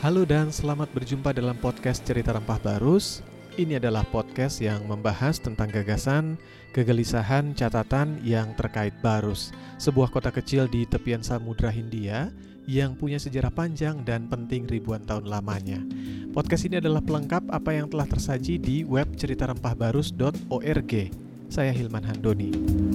Halo dan selamat berjumpa dalam podcast Cerita Rempah Barus. Ini adalah podcast yang membahas tentang gagasan, kegelisahan, catatan yang terkait Barus, sebuah kota kecil di tepian Samudra Hindia yang punya sejarah panjang dan penting ribuan tahun lamanya. Podcast ini adalah pelengkap apa yang telah tersaji di web ceritarempahbarus.org. Saya Hilman Handoni.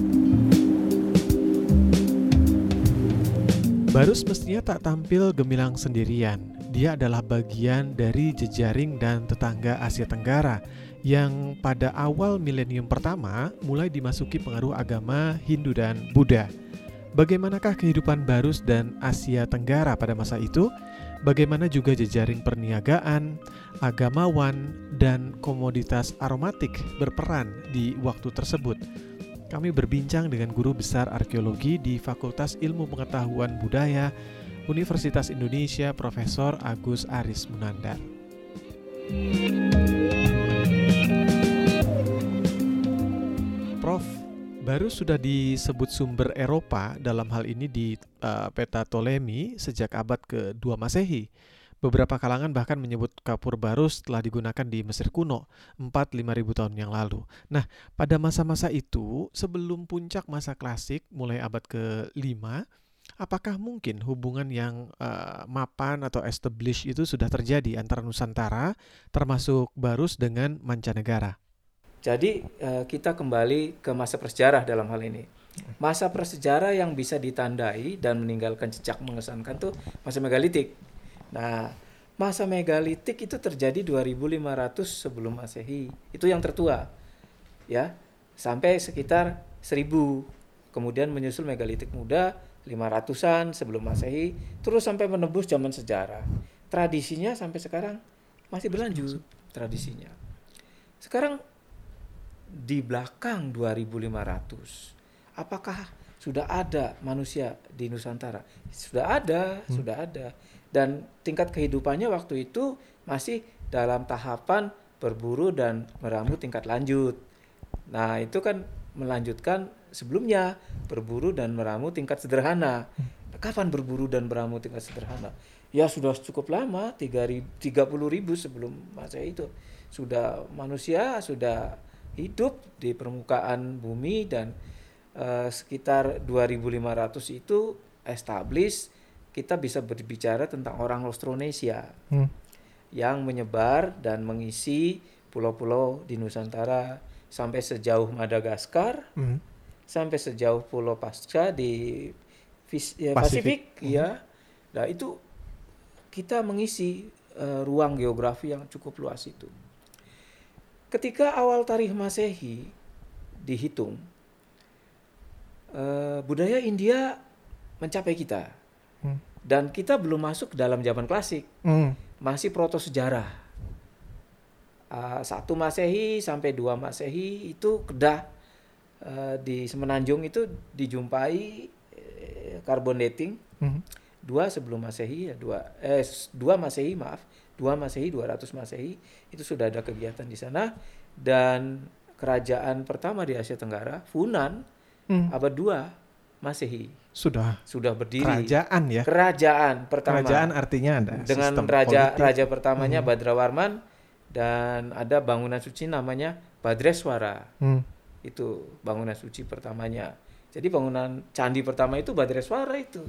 Barus mestinya tak tampil gemilang sendirian. Dia adalah bagian dari jejaring dan tetangga Asia Tenggara yang pada awal milenium pertama mulai dimasuki pengaruh agama Hindu dan Buddha. Bagaimanakah kehidupan Barus dan Asia Tenggara pada masa itu? Bagaimana juga jejaring perniagaan, agamawan, dan komoditas aromatik berperan di waktu tersebut? Kami berbincang dengan guru besar arkeologi di Fakultas Ilmu Pengetahuan Budaya Universitas Indonesia, Profesor Agus Aris Munandar. Prof, Barus sudah disebut sumber Eropa dalam hal ini di peta Ptolemy sejak abad ke-2 Masehi. Beberapa kalangan bahkan menyebut kapur Barus telah digunakan di Mesir kuno 4-5 ribu tahun yang lalu. Nah, pada masa-masa itu, sebelum puncak masa klasik mulai abad ke-5, apakah mungkin hubungan yang mapan atau established itu sudah terjadi antara Nusantara, termasuk Barus dengan mancanegara? Jadi kita kembali ke masa prasejarah dalam hal ini. Masa prasejarah yang bisa ditandai dan meninggalkan jejak mengesankan tuh masa megalitik. Nah, masa megalitik itu terjadi 2500 sebelum Masehi. Itu yang tertua. Ya, sampai sekitar 1000. Kemudian menyusul megalitik muda 500-an sebelum Masehi, terus sampai menembus zaman sejarah. Tradisinya sampai sekarang masih berlanjut tradisinya. Sekarang di belakang 2500, apakah sudah ada manusia di Nusantara? Sudah ada. Dan tingkat kehidupannya waktu itu masih dalam tahapan berburu dan meramu tingkat lanjut. Nah, itu kan melanjutkan sebelumnya berburu dan meramu tingkat sederhana. Kapan berburu dan meramu tingkat sederhana? Ya sudah cukup lama, 30.000 sebelum Masehi itu. Sudah manusia sudah hidup di permukaan bumi dan sekitar 2500 itu established. Kita bisa berbicara tentang orang Austronesia yang menyebar dan mengisi pulau-pulau di Nusantara sampai sejauh Madagaskar, sampai sejauh Pulau Pasca di Pasifik. Ya. Nah, itu kita mengisi ruang geografi yang cukup luas itu. Ketika awal tarikh Masehi dihitung, budaya India mencapai kita. Dan kita belum masuk ke dalam zaman klasik. Masih proto-sejarah. 1 Masehi sampai 2 Masehi itu Kedah di Semenanjung itu dijumpai carbon dating. 2 sebelum Masehi, 2 Masehi 2 Masehi 200 Masehi itu sudah ada kegiatan di sana. Dan kerajaan pertama di Asia Tenggara, Funan, abad 2 Masehi sudah berdiri. Kerajaan ya. Kerajaan pertama. Kerajaan artinya ada dengan raja pertamanya Badrawarman dan ada bangunan suci namanya Badreswara. Itu bangunan suci pertamanya. Jadi bangunan candi pertama itu Badreswara itu.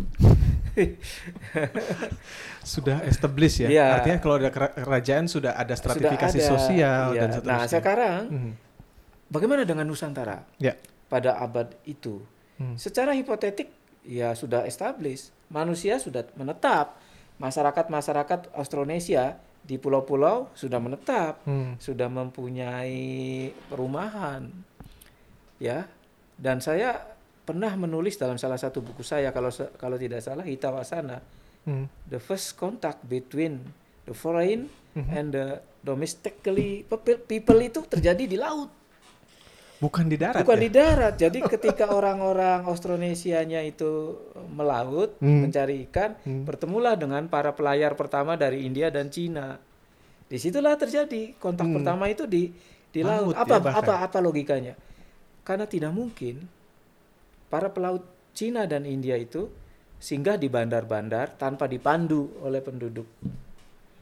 Sudah established ya. Ya. Artinya kalau ada kerajaan sudah ada stratifikasi sosial dan seterusnya. Nah, sekarang bagaimana dengan Nusantara? Ya. Pada abad itu. Secara hipotetik ya sudah established, manusia sudah menetap, masyarakat Austronesia di pulau-pulau sudah menetap, sudah mempunyai perumahan, ya. Dan saya pernah menulis dalam salah satu buku saya, kalau tidak salah Hitawasana, the first contact between the foreign and the domestically people itu terjadi di laut. Bukan di darat. Bukan di darat. Jadi ketika orang-orang Austronesianya itu melaut, mencari ikan, bertemulah dengan para pelayar pertama dari India dan Cina. Disitulah terjadi kontak pertama itu di laut. Apa logikanya? Karena tidak mungkin para pelaut Cina dan India itu singgah di bandar-bandar tanpa dipandu oleh penduduk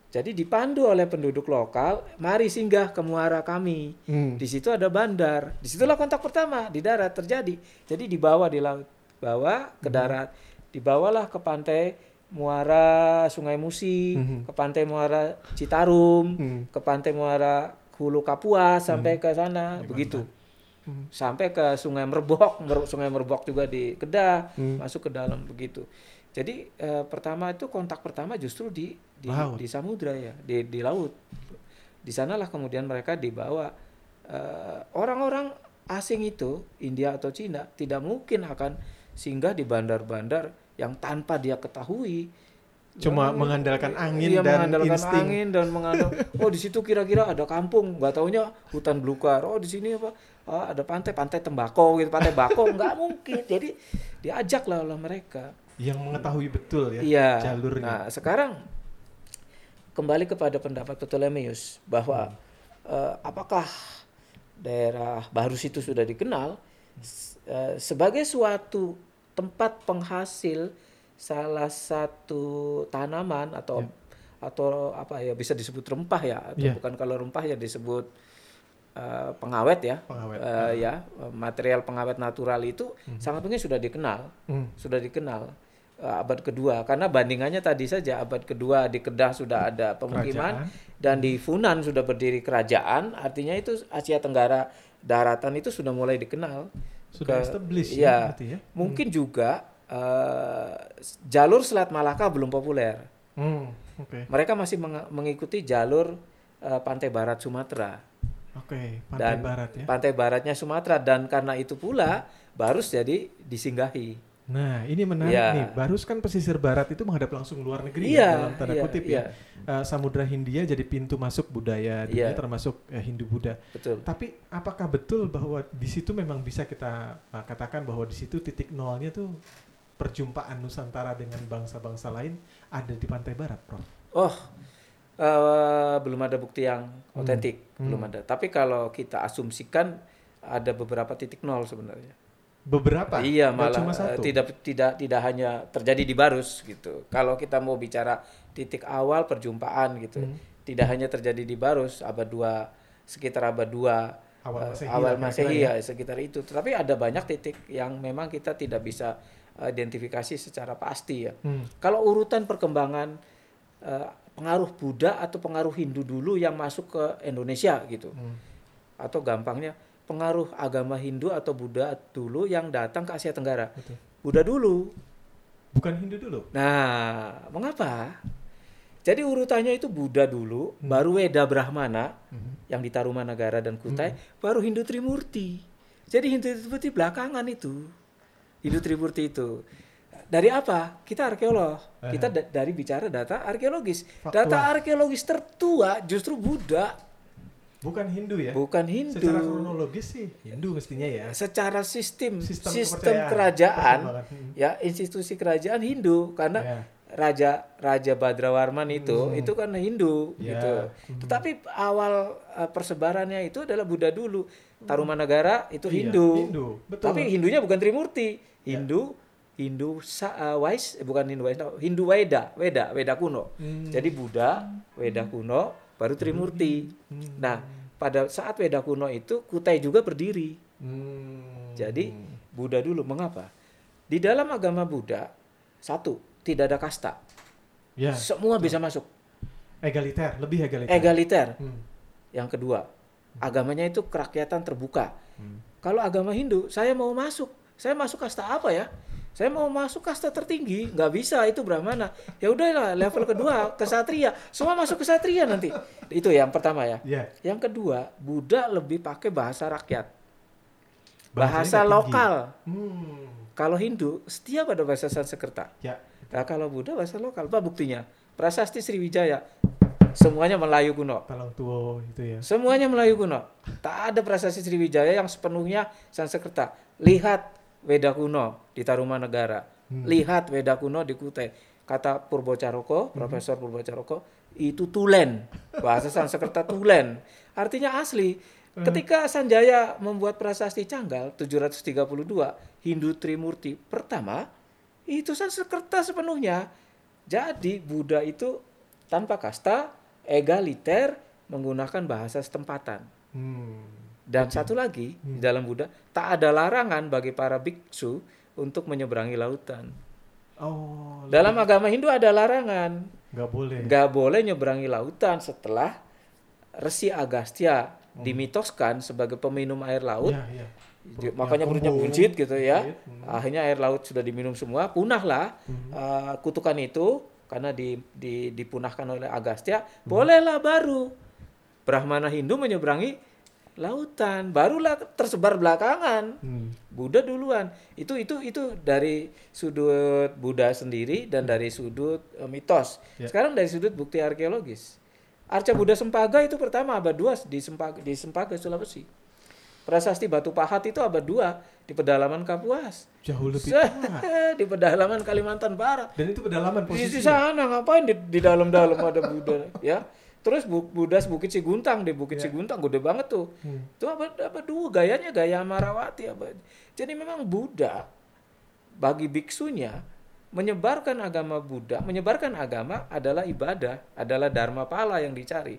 Jadi dipandu oleh penduduk lokal, mari singgah ke muara kami. Di situ ada bandar. Disitulah kontak pertama di darat terjadi. Jadi dibawa di laut, bawa ke darat, dibawalah ke pantai muara Sungai Musi, ke pantai muara Citarum, ke pantai muara Hulu Kapuas sampai ke sana, begitu. Sampai ke Sungai Merbok, Sungai Merbok juga di Kedah, masuk ke dalam begitu. Jadi pertama itu kontak pertama justru di samudra ya, di laut. Di sanalah kemudian mereka dibawa. Orang-orang asing itu, India atau Cina, tidak mungkin akan singgah di bandar-bandar yang tanpa dia ketahui. Cuma mengandalkan angin dan insting. Oh di situ kira-kira ada kampung, nggak taunya hutan belukar. Oh di sini apa? Oh, ada pantai tembakau gitu, pantai bako, nggak mungkin. Jadi diajaklah oleh mereka. Yang mengetahui betul ya jalurnya. Nah sekarang kembali kepada pendapat Ptolemeus bahwa apakah daerah Barus itu sudah dikenal sebagai suatu tempat penghasil salah satu tanaman atau apa ya, bisa disebut rempah ya, atau bukan, kalau rempah ya disebut pengawet ya, material pengawet natural itu sangat mungkin sudah dikenal abad kedua, karena bandingannya tadi saja abad kedua di Kedah sudah ada pemukiman dan di Funan sudah berdiri kerajaan, artinya itu Asia Tenggara daratan itu sudah mulai dikenal, sudah established ya. Mungkin juga jalur Selat Malaka belum populer. Mereka masih mengikuti jalur pantai barat Sumatera. Pantai baratnya Sumatera, dan karena itu pula Barus jadi disinggahi. Nah ini menarik nih, Barus kan pesisir barat itu menghadap langsung luar negeri dalam tanda kutip ya. Samudra Hindia jadi pintu masuk budaya dunia termasuk Hindu-Buddha. Betul. Tapi apakah betul bahwa di situ memang bisa kita katakan bahwa di situ titik nolnya tuh perjumpaan Nusantara dengan bangsa-bangsa lain ada di pantai barat, Prof? Belum ada bukti yang otentik, belum ada. Tapi kalau kita asumsikan ada beberapa titik nol sebenarnya. Beberapa? Iya, malah cuma satu. Tidak hanya terjadi di Barus gitu. Kalau kita mau bicara titik awal perjumpaan gitu, tidak hanya terjadi di Barus sekitar abad 2 awal Masehi ya, sekitar itu. Tetapi ada banyak titik yang memang kita tidak bisa identifikasi secara pasti ya. Kalau urutan perkembangan pengaruh Buddha atau pengaruh Hindu dulu yang masuk ke Indonesia gitu. Atau gampangnya pengaruh agama Hindu atau Buddha dulu yang datang ke Asia Tenggara. Betul. Buddha dulu. Bukan Hindu dulu. Nah, mengapa? Jadi urutannya itu Buddha dulu, baru Weda Brahmana yang di Tarumanagara dan Kutai, baru Hindu Trimurti. Jadi Hindu Trimurti belakangan itu. Hindu Trimurti itu. Dari apa? Kita arkeolog. Kita dari bicara data arkeologis. Data arkeologis tertua justru Buddha. Bukan Hindu ya? Bukan Hindu. Secara kronologis sih Hindu mestinya ya. Secara sistem kerajaan, ya institusi kerajaan Hindu, karena Raja Badrawarman itu kan Hindu gitu. Tetapi awal persebarannya itu adalah Buddha dulu. Tarumanagara itu Hindu. Betul. Tapi Hindunya bukan Trimurti. Hindu Weda kuno. Jadi Buddha, Weda kuno, baru Trimurti. Nah, pada saat Weda kuno itu Kutai juga berdiri. Jadi Buddha dulu. Mengapa? Di dalam agama Buddha, satu, tidak ada kasta. Semua bisa masuk. Lebih egaliter. Yang kedua, agamanya itu kerakyatan terbuka. Kalau agama Hindu, saya mau masuk kasta apa ya? Saya mau masuk kasta tertinggi, nggak bisa, itu Brahmana. Ya udahlah, level kedua kesatria, semua masuk kesatria nanti. Itu yang pertama ya. Yang kedua, Buddha lebih pakai bahasa rakyat, bahasa lokal. Kalau Hindu setia pada bahasa Sanskerta. Nah, kalau Buddha bahasa lokal. Apa buktinya? Prasasti Sriwijaya, semuanya Melayu kuno. Palangtuo itu ya. Semuanya Melayu kuno. Tak ada prasasti Sriwijaya yang sepenuhnya Sanskerta. Lihat Weda kuno di Tarumanagara. Lihat Weda kuno di Kutai. Kata Purbocaroko, Profesor Purbocaroko, itu Tulen. Bahasa Sanskerta Tulen. Artinya asli. Ketika Sanjaya membuat prasasti Canggal 732, Hindu Trimurti pertama, itu Sanskerta sepenuhnya. Jadi Buddha itu tanpa kasta, egaliter, menggunakan bahasa setempatan. Dan satu lagi, di dalam Buddha, tak ada larangan bagi para biksu untuk menyeberangi lautan. Dalam agama Hindu ada larangan. Nggak boleh nyeberangi lautan setelah Resi Agastya dimitoskan sebagai peminum air laut. Makanya perutnya buncit gitu ya. Akhirnya air laut sudah diminum semua, punahlah kutukan itu karena dipunahkan oleh Agastya. Bolehlah baru Brahmana Hindu menyeberangi lautan, barulah tersebar belakangan. Buddha duluan. Itu dari sudut Buddha sendiri dan dari sudut mitos. Sekarang dari sudut bukti arkeologis. Arca Buddha Sempaga itu pertama abad 2 di Sempaga, Sulawesi. Prasasti Batu Pahat itu abad 2 di pedalaman Kapuas. Jauh lebih tua. Di pedalaman Kalimantan Barat. Dan itu pedalaman posisinya. Di sana ngapain di dalam-dalam ada Buddha ya. Terus Buddha Bukit Siguntang, di Bukit Siguntang gede banget tuh. Itu abad 2, gayanya gaya Amarawati. Jadi memang Buddha bagi biksunya menyebarkan agama Buddha, menyebarkan agama adalah ibadah, adalah dharma pala yang dicari.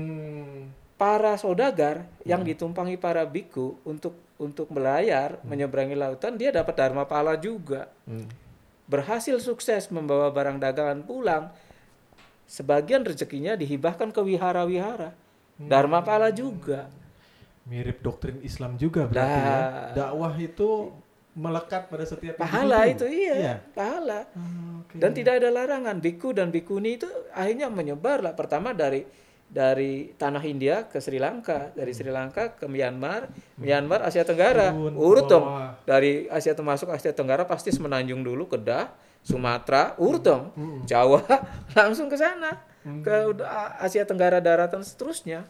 Para saudagar yang ditumpangi para biku untuk melayar, menyeberangi lautan, dia dapat dharma pala juga. Berhasil sukses membawa barang dagangan pulang, sebagian rezekinya dihibahkan ke wihara-wihara. Dharma pala juga. Mirip doktrin Islam juga berarti ya. Dakwah itu melekat pada setiap pahala individu. Itu pahala. Dan tidak ada larangan. Biku dan bikuni itu akhirnya menyebar lah. Pertama dari tanah India ke Sri Lanka, dari Sri Lanka ke Myanmar, Myanmar Asia Tenggara. Urut dong. Dari Asia masuk Asia Tenggara pasti Semenanjung dulu, Kedah, Sumatera, urut dong. Jawa langsung ke sana. Ke Asia Tenggara daratan seterusnya.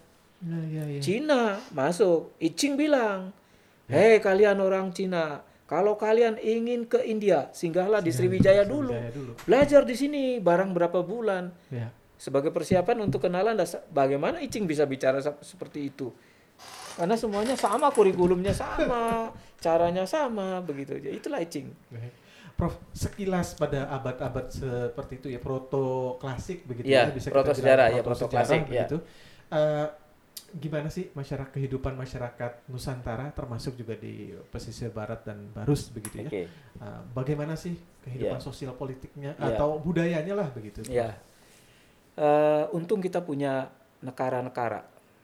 Cina masuk. I Ching bilang, "Hei kalian orang Cina, kalau kalian ingin ke India, singgahlah di Sriwijaya dulu. Belajar di sini barang berapa bulan." Sebagai persiapan untuk kenalan bagaimana I Ching bisa bicara seperti itu. Karena semuanya sama, kurikulumnya sama, caranya sama, begitu aja. Itulah I Ching. Prof, sekilas pada abad-abad seperti itu ya, proto klasik begitu ya, bisa proto kita sejarah, bilang proto klasik begitu. Gimana sih kehidupan masyarakat Nusantara termasuk juga di pesisir barat dan Barus begitu ya? Bagaimana sih kehidupan sosial politiknya atau budayanya lah begitu? Untung kita punya negara-negara.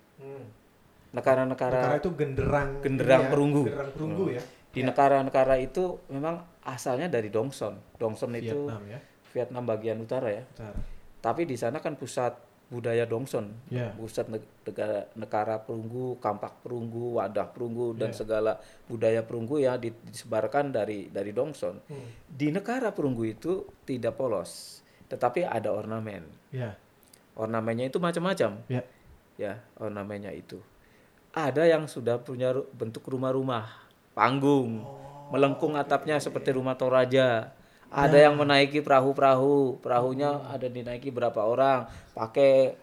Negara itu genderang perunggu. Genderang perunggu ya. Di negara-negara itu memang asalnya dari Dongson. Dongson itu Vietnam, ya? Vietnam bagian utara ya. Tapi di sana kan pusat budaya Dongson, pusat negara perunggu, kampak perunggu, wadah perunggu dan segala budaya perunggu ya disebarkan dari Dongson. Di negara perunggu itu tidak polos, tetapi ada ornamen. Ornamennya itu macam-macam. Ya, ornamennya itu. Ada yang sudah punya bentuk rumah-rumah, panggung, melengkung atapnya seperti rumah Toraja. Ada yang menaiki perahu-perahu, perahunya ada dinaiki berapa orang, pakai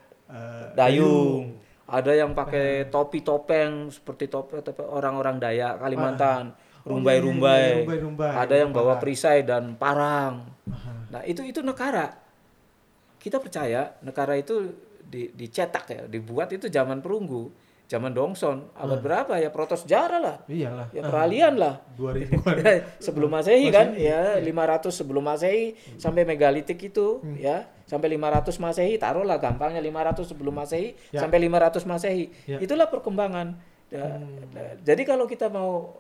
dayung. Ada yang pakai topi topeng seperti topi orang-orang Dayak Kalimantan, rumbai-rumbai. Ada yang bawa perisai dan parang. Nah, itu negara. Kita percaya negara itu dicetak ya, dibuat itu zaman perunggu. Zaman Dongson, abad berapa ya, proto sejarah lah. Iyalah. Ya peralihan lah. 2000-an. Sebelum Masehi kan, ya 500 sebelum Masehi sampai megalitik itu, ya sampai 500 Masehi, taruhlah gampangnya 500 sebelum Masehi sampai 500 Masehi. Itulah perkembangan. Jadi kalau kita mau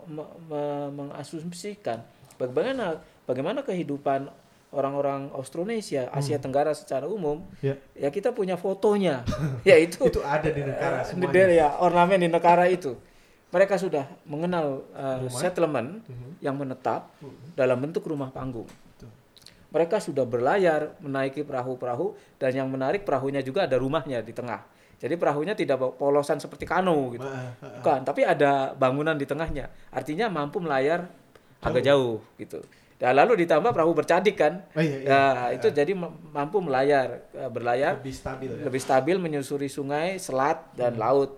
mengasumsikan bagaimana kehidupan orang-orang Austronesia, Asia Tenggara secara umum, ya kita punya fotonya, yaitu itu ada di negara semuanya. Ya, ornamen di negara itu. Mereka sudah mengenal settlement yang menetap dalam bentuk rumah panggung. Mereka sudah berlayar menaiki perahu-perahu dan yang menarik perahunya juga ada rumahnya di tengah. Jadi perahunya tidak polosan seperti kano gitu. Bukan, tapi ada bangunan di tengahnya. Artinya mampu melayar agak jauh gitu. Dan lalu ditambah perahu bercadik kan, itu jadi mampu berlayar lebih stabil menyusuri sungai, selat dan laut.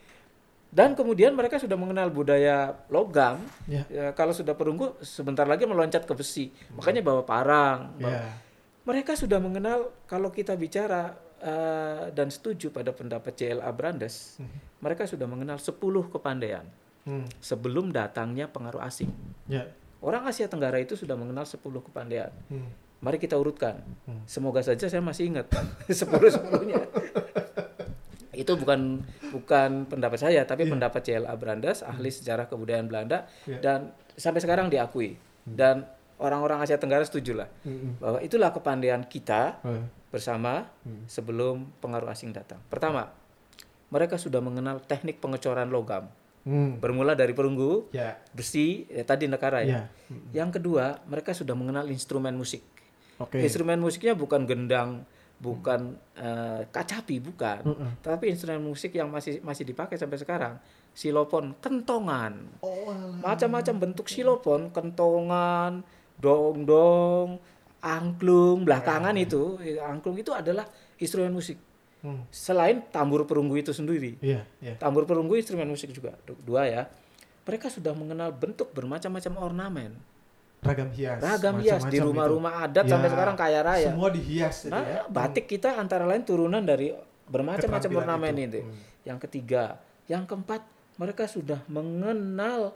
Dan kemudian mereka sudah mengenal budaya logam. Kalau sudah perunggu sebentar lagi meloncat ke besi, makanya bawa parang. Mereka sudah mengenal kalau kita bicara dan setuju pada pendapat C.L.A. Brandes, mereka sudah mengenal 10 kepandaian sebelum datangnya pengaruh asing. Ya. Orang Asia Tenggara itu sudah mengenal 10 kepandaian. Mari kita urutkan. Semoga saja saya masih ingat 10-10-nya. Itu bukan pendapat saya, tapi pendapat C.L.A. Brandes, ahli sejarah kebudayaan Belanda, dan sampai sekarang diakui. Dan orang-orang Asia Tenggara setuju lah bahwa itulah kepandaian kita bersama sebelum pengaruh asing datang. Pertama, mereka sudah mengenal teknik pengecoran logam. Bermula dari perunggu, besi, tadi nekara ya. Yang kedua, mereka sudah mengenal instrumen musik. Instrumen musiknya bukan gendang, bukan kacapi, bukan. Tapi instrumen musik yang masih dipakai sampai sekarang. Silopon, kentongan. Macam-macam bentuk silopon, kentongan, dong-dong, angklung, belakangan itu. Angklung itu adalah instrumen musik. Selain tambur perunggu itu sendiri. Tambur perunggu instrumen musik juga. Dua ya. Mereka sudah mengenal bentuk bermacam-macam ornamen. Ragam hias di rumah-rumah adat sampai sekarang kaya raya. Semua dihias. Nah, batik kita antara lain turunan dari bermacam-macam ornamen itu. Yang ketiga, yang keempat, mereka sudah mengenal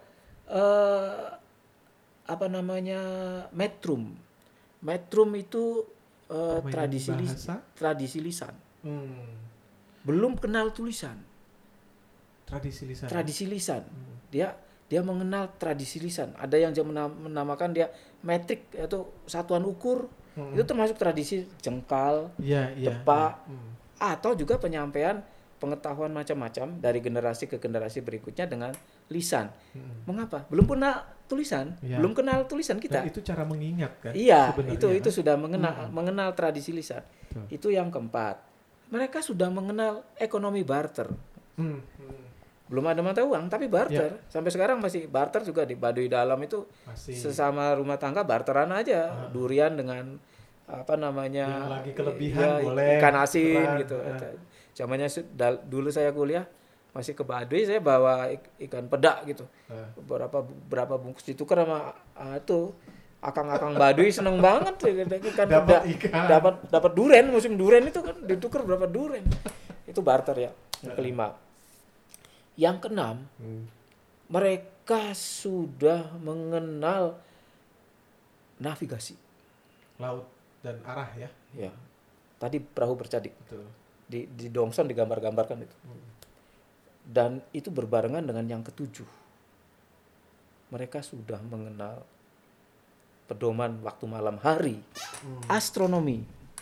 metrum. Metrum itu tradisi lisan. Belum kenal tulisan. Tradisi lisan. Dia mengenal tradisi lisan. Ada yang menamakan dia metrik, yaitu satuan ukur. Itu termasuk tradisi jengkal, tepak, atau juga penyampaian pengetahuan macam-macam dari generasi ke generasi berikutnya dengan lisan. Mengapa? Belum pernah tulisan, belum kenal tulisan kita. Dan itu cara mengingat kan? Iya, itu sudah mengenal tradisi lisan. Itu yang keempat. Mereka sudah mengenal ekonomi barter. Belum ada mata uang, tapi barter. Sampai sekarang masih barter juga di Baduy Dalam itu masih. Sesama rumah tangga barteran aja. Durian dengan yang lagi kelebihan boleh ikan asin gitu. Zamannya dulu saya kuliah masih ke Baduy, saya bawa ikan pedak gitu. Berapa bungkus ditukar sama itu akang-akang Baduy, seneng banget ikan pedak. Dapat duren, musim duren itu kan ditukar berapa duren. Itu barter ya. Yang kelima. Yang keenam, mereka sudah mengenal navigasi. Laut dan arah ya. Ya. Tadi perahu bercadik. Betul. Di Dongson digambar-gambarkan itu. Dan itu berbarengan dengan yang ketujuh. Mereka sudah mengenal pedoman waktu malam hari, astronomi.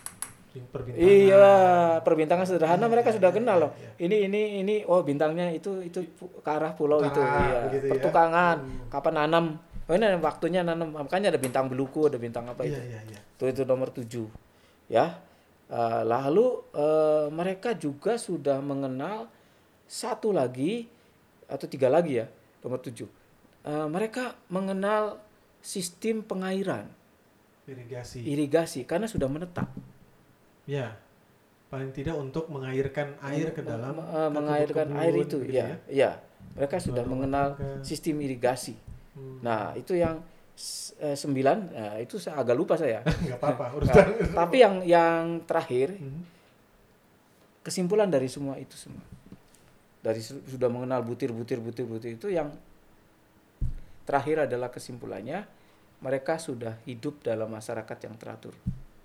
Perbintangan sederhana mereka sudah kenal loh. Ini bintangnya itu ke arah pulau itu. Iya. Pertukangan, kapan nanam. Ini waktunya nanam. Makanya ada bintang beluku, ada bintang apa itu. Itu nomor 7. Ya. Lalu mereka juga sudah mengenal satu lagi atau 3 lagi ya, nomor 7. Mereka mengenal sistem pengairan. Irigasi karena sudah menetap. Ya, paling tidak untuk mengairkan air ke dalam mengairkan air itu, gitu ya. Mereka sudah mengenal sistem irigasi. Nah, itu yang 9, itu saya agak lupa saya. Nggak apa-apa. Tapi yang terakhir, kesimpulan dari semua itu semua, dari sudah mengenal butir-butir itu, yang terakhir adalah kesimpulannya, mereka sudah hidup dalam masyarakat yang teratur.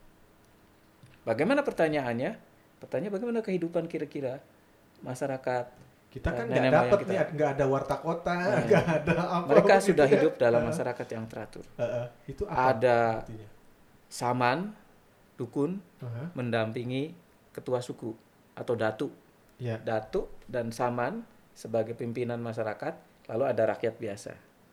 Bagaimana pertanyaannya? Bagaimana kehidupan kira-kira masyarakat? Kita kan nggak ada warta kota, nggak ada apa. Mereka sudah hidup dalam masyarakat yang teratur. Itu apa? Ada artinya? Saman, dukun, mendampingi ketua suku atau datu. Datu dan saman sebagai pimpinan masyarakat, lalu ada rakyat biasa.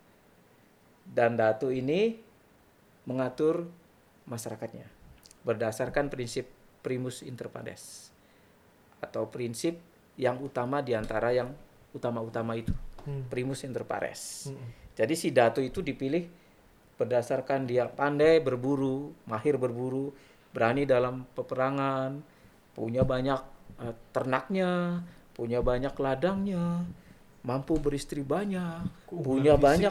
Dan datu ini mengatur masyarakatnya berdasarkan prinsip primus inter pares, atau prinsip yang utama di antara yang utama-utama itu, primus inter pares. Jadi si datu itu dipilih berdasarkan dia pandai berburu, mahir berburu, berani dalam peperangan, punya banyak ternaknya, punya banyak ladangnya, mampu beristri banyak, punya banyak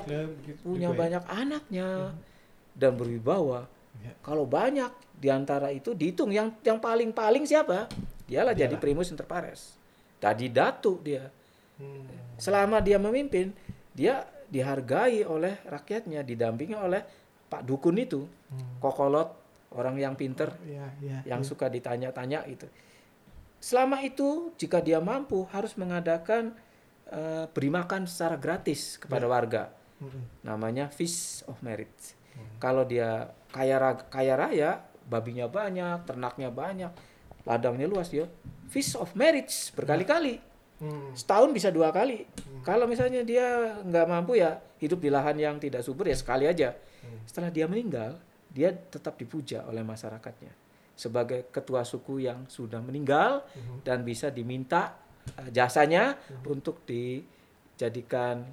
anaknya, dan berwibawa. Kalau banyak di antara itu dihitung yang paling siapa? dialah jadi primus inter pares. Tadi datu dia. Selama dia memimpin, dia dihargai oleh rakyatnya, didampingi oleh Pak Dukun itu, kokolot, orang yang pinter, yang suka ditanya-tanya itu. Selama itu, jika dia mampu, harus mengadakan beri makan secara gratis kepada warga. Namanya Feast of Merit. Kalau dia kaya raya, babinya banyak, ternaknya banyak, ladangnya luas, ya Feast of Merit berkali-kali. Setahun bisa 2 kali. Kalau misalnya dia nggak mampu, ya hidup di lahan yang tidak subur, ya sekali aja. Setelah dia meninggal, dia tetap dipuja oleh masyarakatnya sebagai ketua suku yang sudah meninggal dan bisa diminta jasanya untuk dijadikan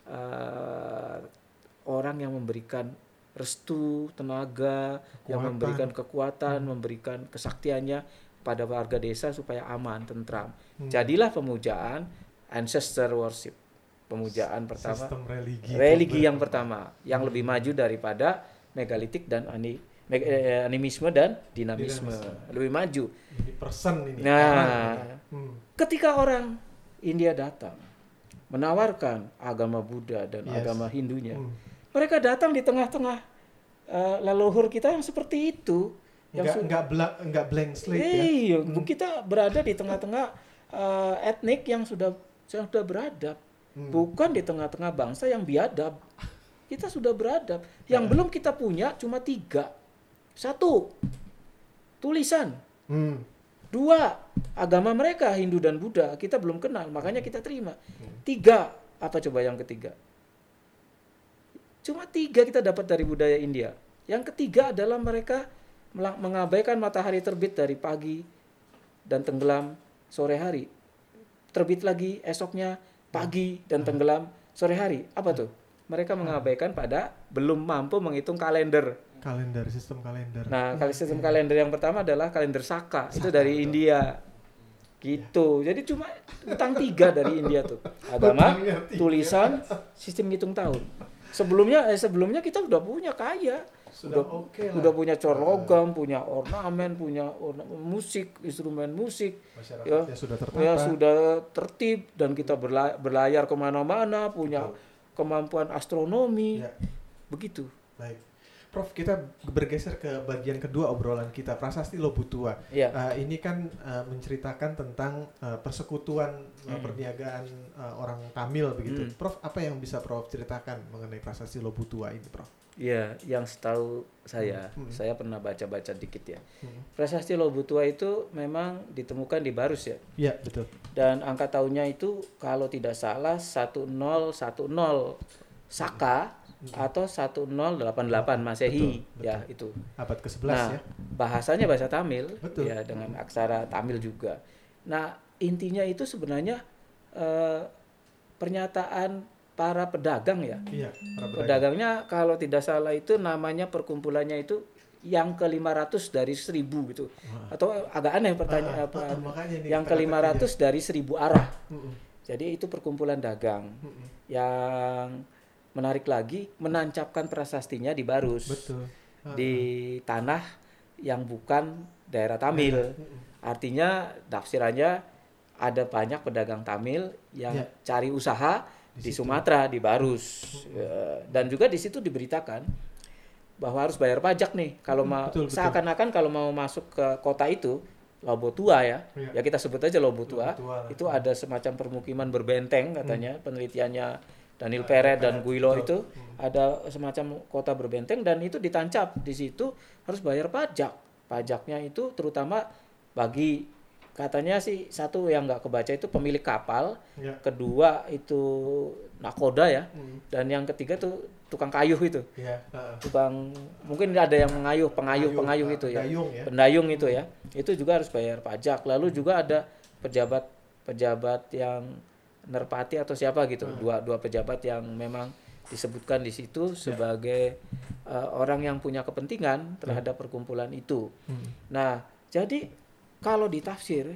orang yang memberikan restu, tenaga, yang memberikan kekuatan, memberikan kesaktiannya pada warga desa supaya aman, tentram. Jadilah pemujaan ancestor worship, pemujaan pertama, sistem religi yang pertama, yang lebih maju daripada megalitik dan animisme dan dinamisme. Lebih maju. Nah, ketika orang India datang menawarkan agama Buddha dan agama Hindunya, mereka datang di tengah-tengah leluhur kita yang seperti itu. Enggak blank slate ya. Kita berada di tengah-tengah etnik yang sudah beradab, bukan di tengah-tengah bangsa yang biadab. Kita sudah beradab. Yang belum kita punya cuma 3. 1, tulisan. 2, agama mereka Hindu dan Buddha kita belum kenal, makanya kita terima. 3, apa coba yang ketiga? Cuma 3 kita dapat dari budaya India. Yang ketiga adalah mereka mengabaikan matahari terbit dari pagi dan tenggelam sore hari. Terbit lagi esoknya pagi dan tenggelam sore hari. Apa tuh? Mereka mengabaikan pada belum mampu menghitung sistem kalender. Nah, sistem kalender yang pertama adalah kalender Saka. Itu dari India. Gitu. Jadi cuma utang 3 dari India tuh. Agama, tulisan, sistem hitung tahun. Sebelumnya kita udah punya kaya. Udah punya cor logam, punya ornamen, musik, instrumen musik. Masyarakatnya sudah tertata. Ya sudah tertib dan kita berlayar kemana-mana, punya kemampuan astronomi. Begitu. Baik. Prof, kita bergeser ke bagian kedua obrolan kita, Prasasti Lobutua. Ini kan menceritakan tentang persekutuan perniagaan orang Tamil begitu. Prof, apa yang bisa Prof ceritakan mengenai Prasasti Lobutua ini, Prof? Iya, yang setahu saya pernah baca-baca dikit ya. Prasasti Lobutua itu memang ditemukan di Barus ya. Iya, betul. Dan angka tahunnya itu kalau tidak salah 1010 Saka atau 1088 Masehi. Betul. Ya, itu. Abad ke-11 ya. Bahasanya bahasa Tamil. Betul. Ya, dengan aksara Tamil juga. Nah, intinya itu sebenarnya pernyataan para pedagang ya. Iya, pedagangnya kalau tidak salah itu namanya perkumpulannya itu yang ke-500 dari 1000 gitu. Atau agak aneh pertanyaan yang ke-500 dari 1000 arah. Jadi itu perkumpulan dagang yang menarik lagi menancapkan prasastinya di Barus. Betul. Di tanah yang bukan daerah Tamil. Artinya tafsirannya ada banyak pedagang Tamil yang cari usaha di Sumatera, di Barus, dan juga di situ diberitakan bahwa harus bayar pajak nih kalau mau seakan-akan kalau mau masuk ke kota itu Lobutua ya kita sebut aja Lobutua itu ada semacam permukiman berbenteng katanya penelitiannya Daniel Peret dan Guilo itu ada semacam kota berbenteng dan itu ditancap di situ harus bayar pajaknya itu terutama bagi katanya sih satu yang nggak kebaca itu pemilik kapal, kedua itu nakoda ya, dan yang ketiga tuh tukang kayuh itu, tukang mungkin ada yang pengayuh itu ya, pendayung itu ya, itu juga harus bayar pajak. Lalu juga ada pejabat yang nerpati atau siapa gitu, dua pejabat yang memang disebutkan di situ sebagai orang yang punya kepentingan terhadap perkumpulan itu. Nah, jadi kalau ditafsir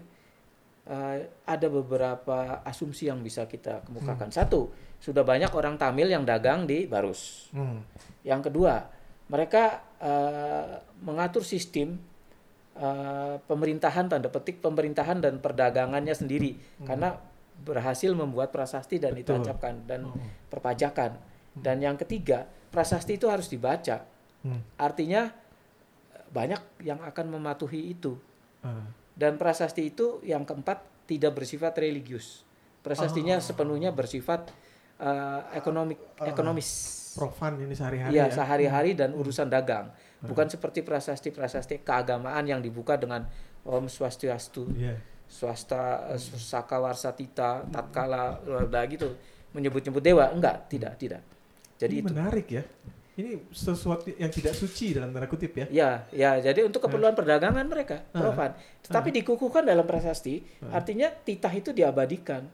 ada beberapa asumsi yang bisa kita kemukakan. Satu, sudah banyak orang Tamil yang dagang di Barus. Yang kedua, mereka mengatur sistem pemerintahan, tanda petik pemerintahan dan perdagangannya sendiri, karena berhasil membuat prasasti dan ditancapkan dan perpajakan. Dan yang ketiga, prasasti itu harus dibaca. Artinya banyak yang akan mematuhi itu. Dan prasasti itu yang keempat tidak bersifat religius. Prasastinya sepenuhnya bersifat ekonomis. Profan ini sehari-hari ya. Sehari-hari dan urusan dagang. Bukan seperti prasasti-prasasti keagamaan yang dibuka dengan Om Swastiastu, swasta, Saka Warsatita, Tatkala, gitu, menyebut-nyebut dewa. Enggak, tidak. Jadi ini menarik ya. Ini sesuatu yang tidak suci dalam tanda kutip ya. Ya, jadi untuk keperluan perdagangan mereka profan. Tetapi dikukuhkan dalam prasasti, artinya titah itu diabadikan.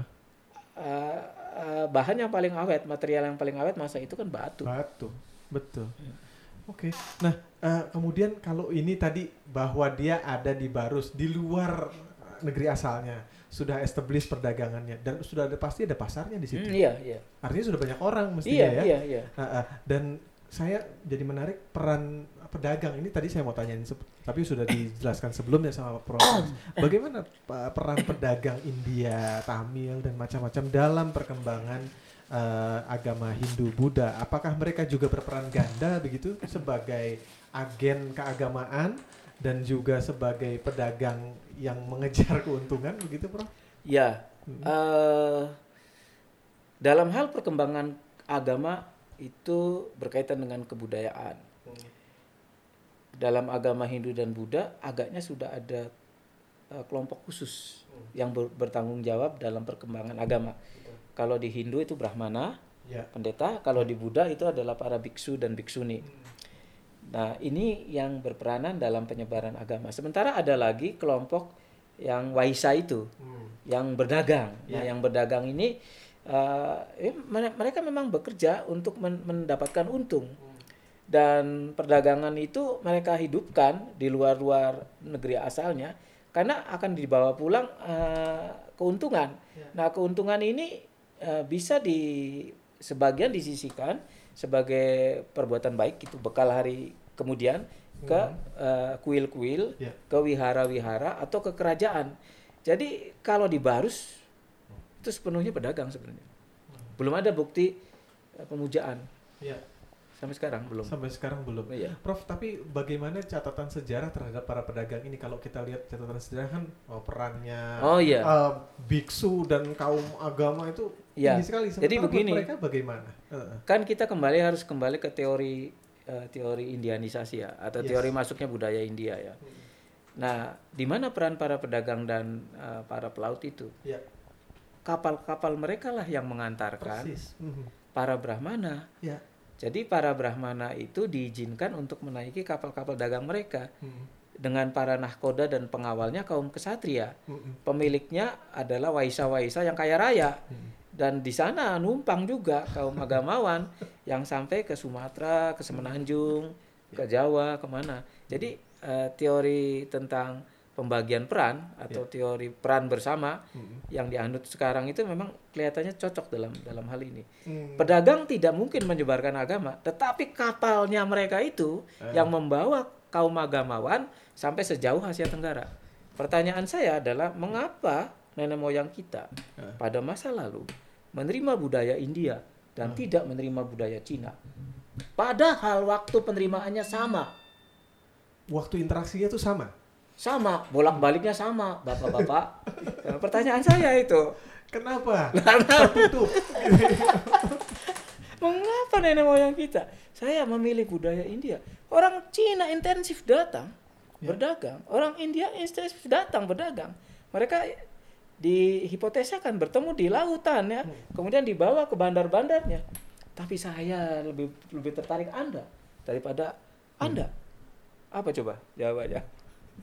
Bahan yang paling awet, material yang paling awet masa itu kan batu. Betul. Oke. Nah, kemudian kalau ini tadi bahwa dia ada di Barus, di luar negeri asalnya, sudah establish perdagangannya dan sudah pasti ada pasarnya di situ. Iya. Artinya sudah banyak orang mestinya ya. Iya. Dan saya jadi menarik peran pedagang ini tadi saya mau tanyain tapi sudah dijelaskan sebelumnya sama Prof. Bagaimana peran pedagang India, Tamil dan macam-macam dalam perkembangan agama Hindu Buddha? Apakah mereka juga berperan ganda begitu sebagai agen keagamaan dan juga sebagai pedagang yang mengejar keuntungan begitu, Prof? Ya, dalam hal perkembangan agama itu berkaitan dengan kebudayaan. Dalam agama Hindu dan Buddha agaknya sudah ada kelompok khusus yang bertanggung jawab dalam perkembangan agama. Kalau di Hindu itu Brahmana, pendeta. Kalau di Buddha itu adalah para biksu dan biksuni. Nah, ini yang berperanan dalam penyebaran agama. Sementara ada lagi kelompok yang waisa itu, yang berdagang. Nah, yang berdagang ini mereka memang bekerja untuk mendapatkan untung. Dan perdagangan itu mereka hidupkan di luar negeri asalnya karena akan dibawa pulang keuntungan. Nah, keuntungan ini bisa sebagian disisihkan sebagai perbuatan baik, itu bekal hari kemudian ke kuil-kuil, ke wihara-wihara atau ke kerajaan. Jadi kalau di Barus itu sepenuhnya pedagang sebenarnya. Belum ada bukti pemujaan. Sampai sekarang belum. Iya. Prof, tapi bagaimana catatan sejarah terhadap para pedagang ini? Kalau kita lihat catatan sejarah kan perannya biksu dan kaum agama itu tinggi sekali. Jadi begini, mereka bagaimana? Kan kita harus kembali ke teori Indianisasi ya, atau teori masuknya budaya India ya. Nah, di mana peran para pedagang dan para pelaut itu? Kapal-kapal mereka lah yang mengantarkan para Brahmana. Jadi para Brahmana itu diizinkan untuk menaiki kapal-kapal dagang mereka dengan para nahkoda dan pengawalnya kaum kesatria. Pemiliknya adalah waisa-waisa yang kaya raya. Dan di sana numpang juga kaum agamawan yang sampai ke Sumatera, ke Semenanjung, ke Jawa, kemana. Jadi teori tentang pembagian peran atau teori peran bersama yang dianut sekarang itu memang kelihatannya cocok dalam hal ini. Pedagang tidak mungkin menyebarkan agama, tetapi kapalnya mereka itu yang membawa kaum agamawan sampai sejauh Asia Tenggara. Pertanyaan saya adalah mengapa nenek moyang kita pada masa lalu menerima budaya India dan tidak menerima budaya Cina? Padahal waktu penerimaannya sama. Waktu interaksinya itu sama? Sama, bolak-baliknya sama, bapak-bapak. Pertanyaan saya itu. Kenapa? Tertutup. Mengapa nenek moyang kita? Saya memilih budaya India. Orang Cina intensif datang, berdagang. Orang India intensif datang, berdagang. Mereka dihipotesakan bertemu di lautan ya. Kemudian dibawa ke bandar-bandarnya. Tapi saya lebih tertarik Anda daripada Anda. Apa coba jawabannya?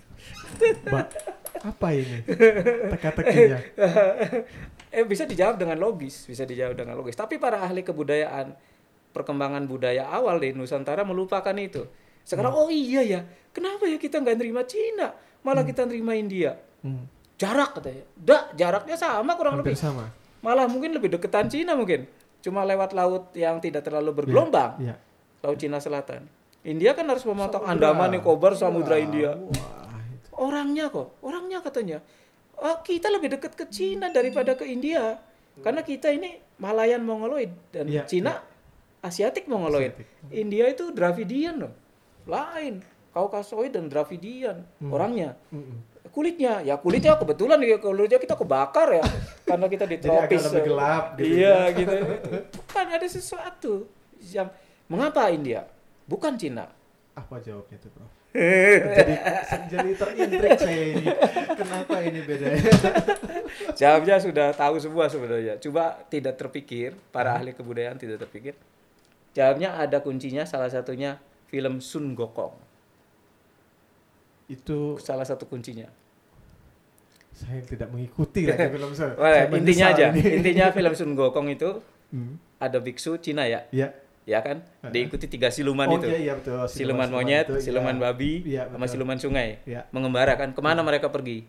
Apa ini teka-tekinya? Bisa dijawab dengan logis, Tapi para ahli kebudayaan, perkembangan budaya awal di Nusantara melupakan itu. Sekarang iya ya, kenapa ya kita nggak nerima Cina, malah kita nerima India? Jarak katanya, jaraknya sama kurang lebih. Sama. Malah mungkin lebih deketan Cina mungkin, cuma lewat laut yang tidak terlalu bergelombang, Laut Cina Selatan. India kan harus memotong Andaman, Nicobar, Samudra India. orangnya katanya. Kita lebih dekat ke Cina daripada ke India. Karena kita ini Malayan Mongoloid dan Cina Asiatic Mongoloid. India itu Dravidian loh. Lain, Kaukasoid dan Dravidian orangnya. Kulitnya kebetulan ya kulitnya kita kebakar ya karena kita di tropis. Jadi agak lebih gelap gitu. Iya gitu. Kan ada sesuatu yang mengapa India bukan Cina? Apa jawabnya tuh, Prof? jadi terintrik saya ini. Kenapa ini bedanya? Jawabnya sudah tahu semua sebenarnya. Coba tidak terpikir, para ahli kebudayaan tidak terpikir. Jawabnya ada kuncinya, salah satunya film Sun Gokong. Itu salah satu kuncinya. Saya tidak mengikuti lagi film saya. Intinya film Sun Gokong itu ada biksu Cina ya. Iya. Ya kan? Diikuti 3 siluman itu. Iya, betul. Siluman monyet, itu, siluman babi, sama siluman sungai. Mengembara kan. Kemana mereka pergi?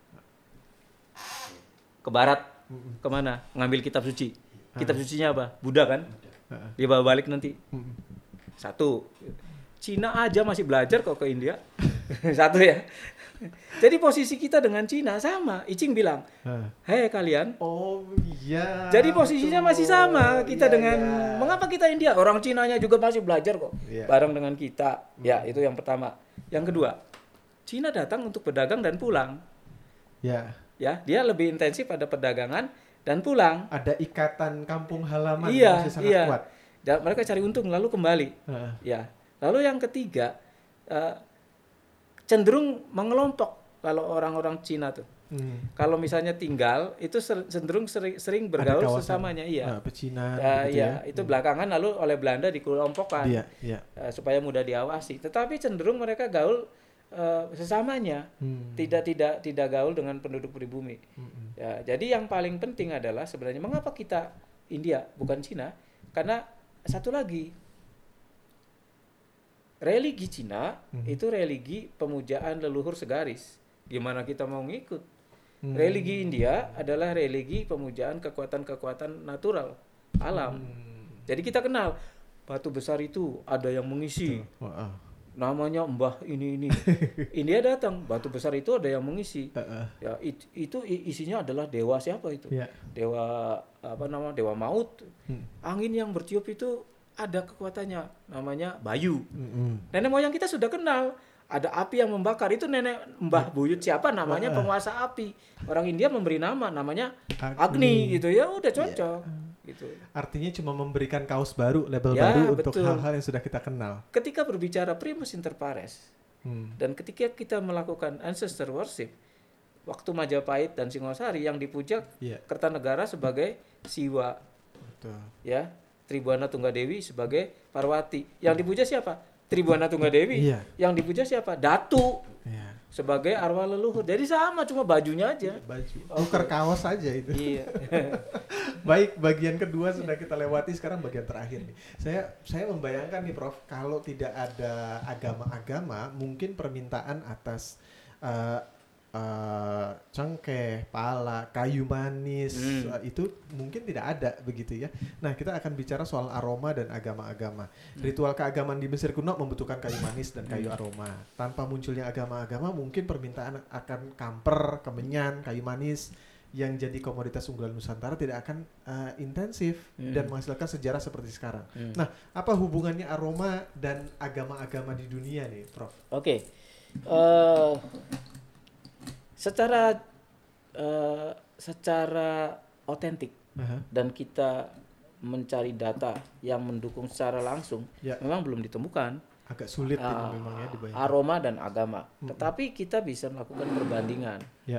Ke barat. Kemana? Ngambil kitab suci. Kitab sucinya apa? Buddha kan? Dia bawa balik nanti. Satu. Cina aja masih belajar kok ke India. Satu ya. Jadi posisi kita dengan Cina sama. I Ching bilang, hei kalian. Oh iya. Jadi posisinya masih sama kita dengan. Mengapa kita India? Orang Cinanya juga masih belajar kok. Bareng dengan kita. Ya itu yang pertama. Yang kedua, Cina datang untuk berdagang dan pulang. Ya, dia lebih intensif pada perdagangan dan pulang. Ada ikatan kampung halaman yang masih sangat kuat. Dan mereka cari untung lalu kembali. Ya. Lalu yang ketiga. Cenderung mengelompok kalau orang-orang Cina tuh. Kalau misalnya tinggal itu cenderung sering bergaul sesamanya, pecinan. Itu belakangan lalu oleh Belanda dikelompokkan supaya mudah diawasi. Tetapi cenderung mereka gaul sesamanya, tidak gaul dengan penduduk pribumi. Ya, jadi yang paling penting adalah sebenarnya mengapa kita India bukan Cina? Karena satu lagi. Religi Cina itu religi pemujaan leluhur segaris. Gimana kita mau ngikut? Religi India adalah religi pemujaan kekuatan-kekuatan natural, alam. Jadi kita kenal batu besar itu ada yang mengisi. Namanya Mbah ini. India datang, batu besar itu ada yang mengisi. Ya, itu isinya adalah dewa siapa itu? Dewa Dewa maut. Angin yang bertiup itu ada kekuatannya, namanya Bayu. Nenek moyang kita sudah kenal. Ada api yang membakar, itu nenek Mbah Buyut siapa namanya, penguasa api. Orang India memberi namanya Agni gitu ya, udah cocok. Gitu. Artinya cuma memberikan kaos baru, label baru untuk hal-hal yang sudah kita kenal. Ketika berbicara primus inter pares, dan ketika kita melakukan ancestor worship, waktu Majapahit dan Singosari yang dipuja Kertanegara sebagai Siwa. Betul. Ya. Tribuana Tunggadewi sebagai Parwati. Yang dipuja siapa? Tribuana Tunggadewi. Yang dipuja siapa? Datu. Sebagai arwah leluhur. Jadi sama, cuma bajunya aja. Tukar kaos aja itu. Iya. Baik, bagian kedua sudah kita lewati, sekarang bagian terakhir nih. Saya membayangkan nih Prof, kalau tidak ada agama-agama, mungkin permintaan atas cengkeh, pala, kayu manis itu mungkin tidak ada begitu ya. Nah, kita akan bicara soal aroma dan agama-agama. Ritual keagamaan di Mesir kuno membutuhkan kayu manis dan kayu aroma. Tanpa munculnya agama-agama, mungkin permintaan akan kamper, kemenyan, kayu manis yang jadi komoditas unggulan Nusantara tidak akan intensif dan menghasilkan sejarah seperti sekarang. Nah, apa hubungannya aroma dan agama-agama di dunia nih, Prof? Oke. Secara otentik dan kita mencari data yang mendukung secara langsung memang belum ditemukan. Agak sulit memang ya dibayangkan. Aroma dan agama. Tetapi kita bisa melakukan perbandingan.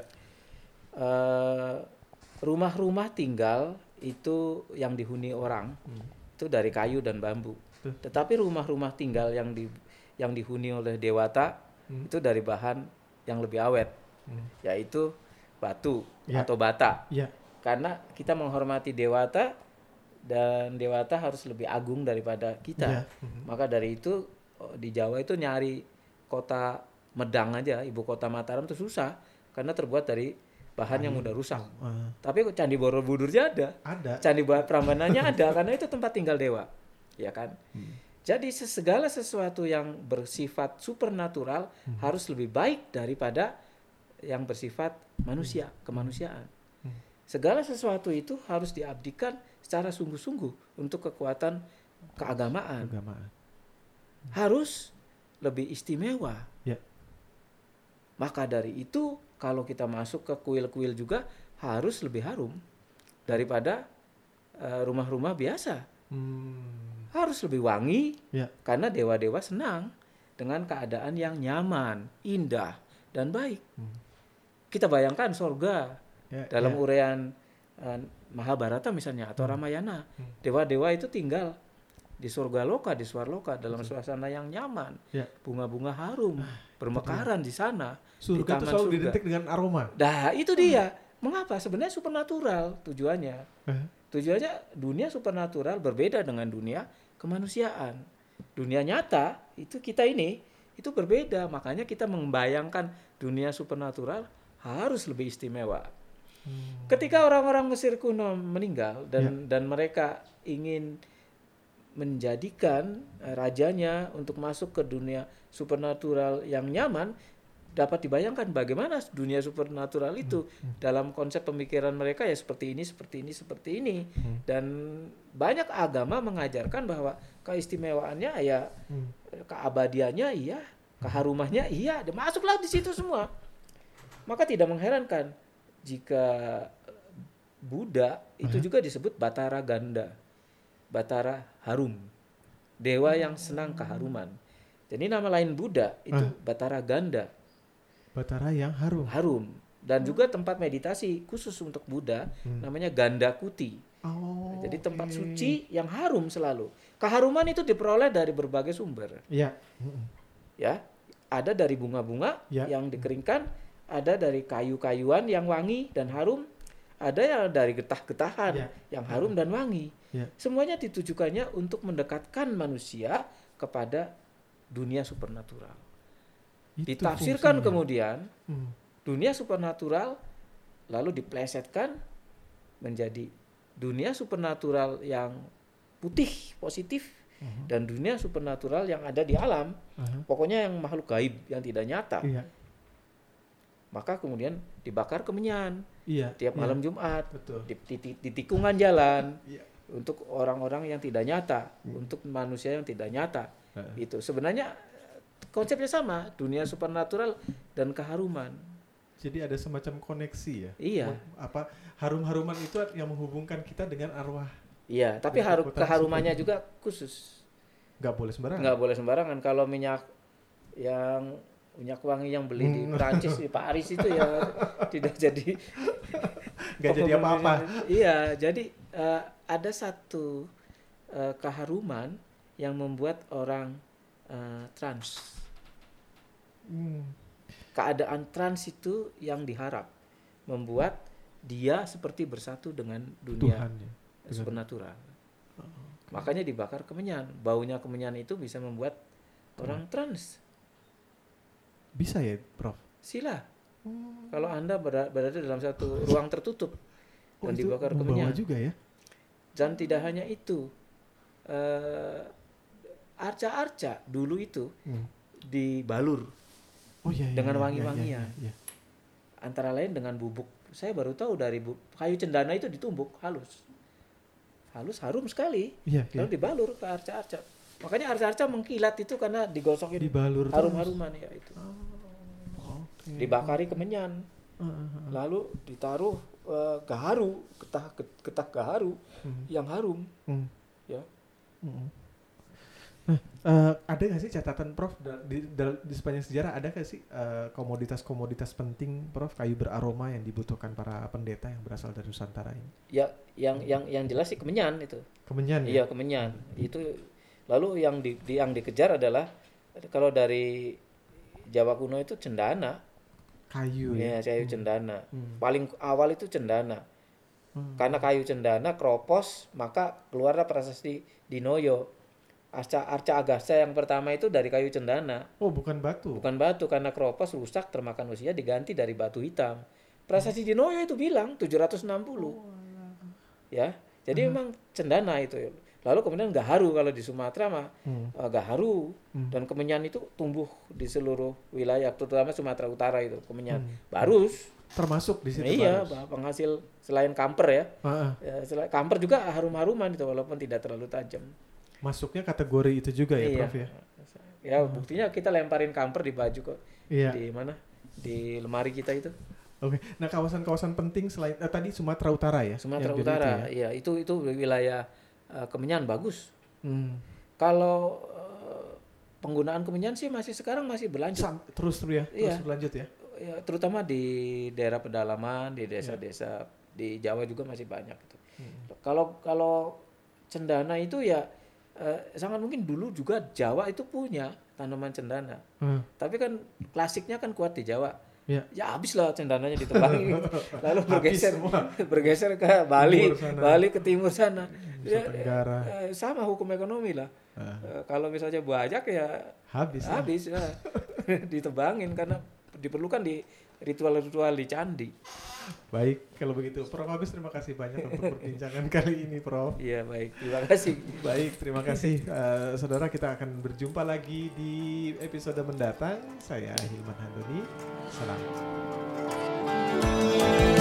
Rumah-rumah tinggal itu yang dihuni orang itu dari kayu dan bambu. Tetapi rumah-rumah tinggal yang dihuni oleh dewata itu dari bahan yang lebih awet. Yaitu batu atau bata. Karena kita menghormati dewata dan dewata harus lebih agung daripada kita. Maka dari itu di Jawa itu nyari kota Medang aja, ibu kota Mataram itu susah karena terbuat dari bahan yang mudah rusak. Tapi Candi Borobudurnya ada. Candi Prambananya ada karena itu tempat tinggal dewa. Ya kan? Jadi segala sesuatu yang bersifat supernatural harus lebih baik daripada yang bersifat manusia, kemanusiaan. Segala sesuatu itu harus diabdikan secara sungguh-sungguh untuk kekuatan keagamaan. Harus lebih istimewa. Ya. Maka dari itu kalau kita masuk ke kuil-kuil juga harus lebih harum daripada rumah-rumah biasa. Harus lebih wangi, karena dewa-dewa senang dengan keadaan yang nyaman, indah, dan baik. Kita bayangkan surga dalam uraian Mahabharata misalnya atau Ramayana, dewa-dewa itu tinggal di surga loka, di swarloka dalam suasana yang nyaman, bunga-bunga harum bermekaran di sana. Surga itu selalu identik dengan aroma. Nah itu dia. Mengapa? Sebenarnya supernatural tujuannya. Tujuannya dunia supernatural berbeda dengan dunia kemanusiaan. Dunia nyata itu kita ini itu berbeda. Makanya kita membayangkan dunia supernatural harus lebih istimewa. Ketika orang-orang Mesir kuno meninggal dan mereka ingin menjadikan rajanya untuk masuk ke dunia supernatural yang nyaman, dapat dibayangkan bagaimana dunia supernatural itu dalam konsep pemikiran mereka ya seperti ini. Dan banyak agama mengajarkan bahwa keistimewaannya ya keabadiannya iya, keharumannya iya, masuklah di situ semua. Maka tidak mengherankan jika Buddha itu juga disebut Batara Ganda, Batara harum, dewa yang senang keharuman. Jadi nama lain Buddha itu Batara Ganda, Batara yang harum. Harum. Dan juga tempat meditasi khusus untuk Buddha namanya Ganda Kuti. Jadi tempat suci yang harum selalu. Keharuman itu diperoleh dari berbagai sumber. Ya, ada dari bunga-bunga yang dikeringkan, ada dari kayu-kayuan yang wangi dan harum, ada yang dari getah-getahan yang harum dan wangi. Semuanya ditujukannya untuk mendekatkan manusia kepada dunia supernatural. Ditafsirkan fungsinya. Kemudian dunia supernatural lalu diplesetkan menjadi dunia supernatural yang putih, positif, dan dunia supernatural yang ada di alam, pokoknya yang makhluk gaib, yang tidak nyata. Maka kemudian dibakar kemenyan tiap malam Jumat, di tikungan jalan, untuk orang-orang yang tidak nyata, untuk manusia yang tidak nyata. Itu sebenarnya konsepnya sama, dunia supernatural dan keharuman. Jadi ada semacam koneksi ya. Iya. Apa harum-haruman itu yang menghubungkan kita dengan arwah. Iya, tapi keharumannya juga khusus. Nggak boleh sembarangan. Nggak boleh sembarangan. Kalau minyak wangi yang beli di Prancis, di Paris itu ya tidak jadi. Nggak jadi apa-apa. Iya, jadi ada satu keharuman yang membuat orang trans. Keadaan trans itu yang diharap membuat dia seperti bersatu dengan dunia supernatural. Makanya dibakar kemenyan. Baunya kemenyan itu bisa membuat orang trans. Bisa ya, Prof? Sila. Kalau Anda berada dalam satu ruang tertutup dan dibakar kemenyan juga ya. Dan tidak hanya itu, arca-arca dulu itu dibalur dengan wangi-wangian. Antara lain dengan bubuk. Saya baru tahu dari kayu cendana itu ditumbuk halus harum sekali, lalu dibalur ke arca-arca. Makanya arca-arca mengkilat itu karena digosokin dibalur harum-haruman ya itu. Dibakari kemenyan, lalu ditaruh gaharu, getah gaharu yang harum, ya. Ada nggak sih catatan Prof di sepanjang sejarah, ada nggak sih komoditas-komoditas penting Prof, kayu beraroma yang dibutuhkan para pendeta yang berasal dari Nusantara ini? Ya, yang jelas sih kemenyan itu. Kemenyan. Iya, kemenyan. Itu lalu yang dikejar adalah kalau dari Jawa kuno itu cendana. Kayu ya. Kayu cendana. Paling awal itu cendana. Karena kayu cendana kropos, maka keluarlah prasasti Dinoyo. Arca Agastya yang pertama itu dari kayu cendana. Oh, bukan batu. Bukan batu, karena kropos rusak termakan usia, diganti dari batu hitam. Prasasti Dinoyo itu bilang 760. Ya. Jadi memang cendana itu. Lalu kemudian gaharu kalau di Sumatera mah gaharu dan kemenyan itu tumbuh di seluruh wilayah, terutama Sumatera Utara itu kemenyan. Barus termasuk di situ. iya, penghasil selain kamper ya. Selain kamper juga harum-haruman itu walaupun tidak terlalu tajam. Masuknya kategori itu juga ya, iya. Prof ya. Ya buktinya kita lemparin kamper di baju kok. Iya. Di mana? Di lemari kita itu. Oke. Nah, kawasan-kawasan penting selain tadi Sumatera Utara ya. Sumatera Utara, itu ya? iya itu wilayah kemenyan bagus. Kalau penggunaan kemenyan sih sekarang masih berlanjut. Terus ya, iya. terus berlanjut ya. Ya, terutama di daerah pedalaman, di desa-desa di Jawa juga masih banyak itu. Kalau cendana itu ya sangat mungkin dulu juga Jawa itu punya tanaman cendana. Tapi kan klasiknya kan kuat di Jawa. Ya habis lah cendananya ditebangin. Lalu bergeser ke Bali ke timur sana. Ya, sama hukum ekonomi lah. Kalau misalnya bajak ya habis ya. Ditebangin karena diperlukan di ritual-ritual di candi. Baik, kalau begitu Prof Agus terima kasih banyak untuk perbincangan kali ini, Prof. Iya, baik. Terima kasih. Baik, terima kasih. Saudara, kita akan berjumpa lagi di episode mendatang. Saya Hilman Handoni. Salam.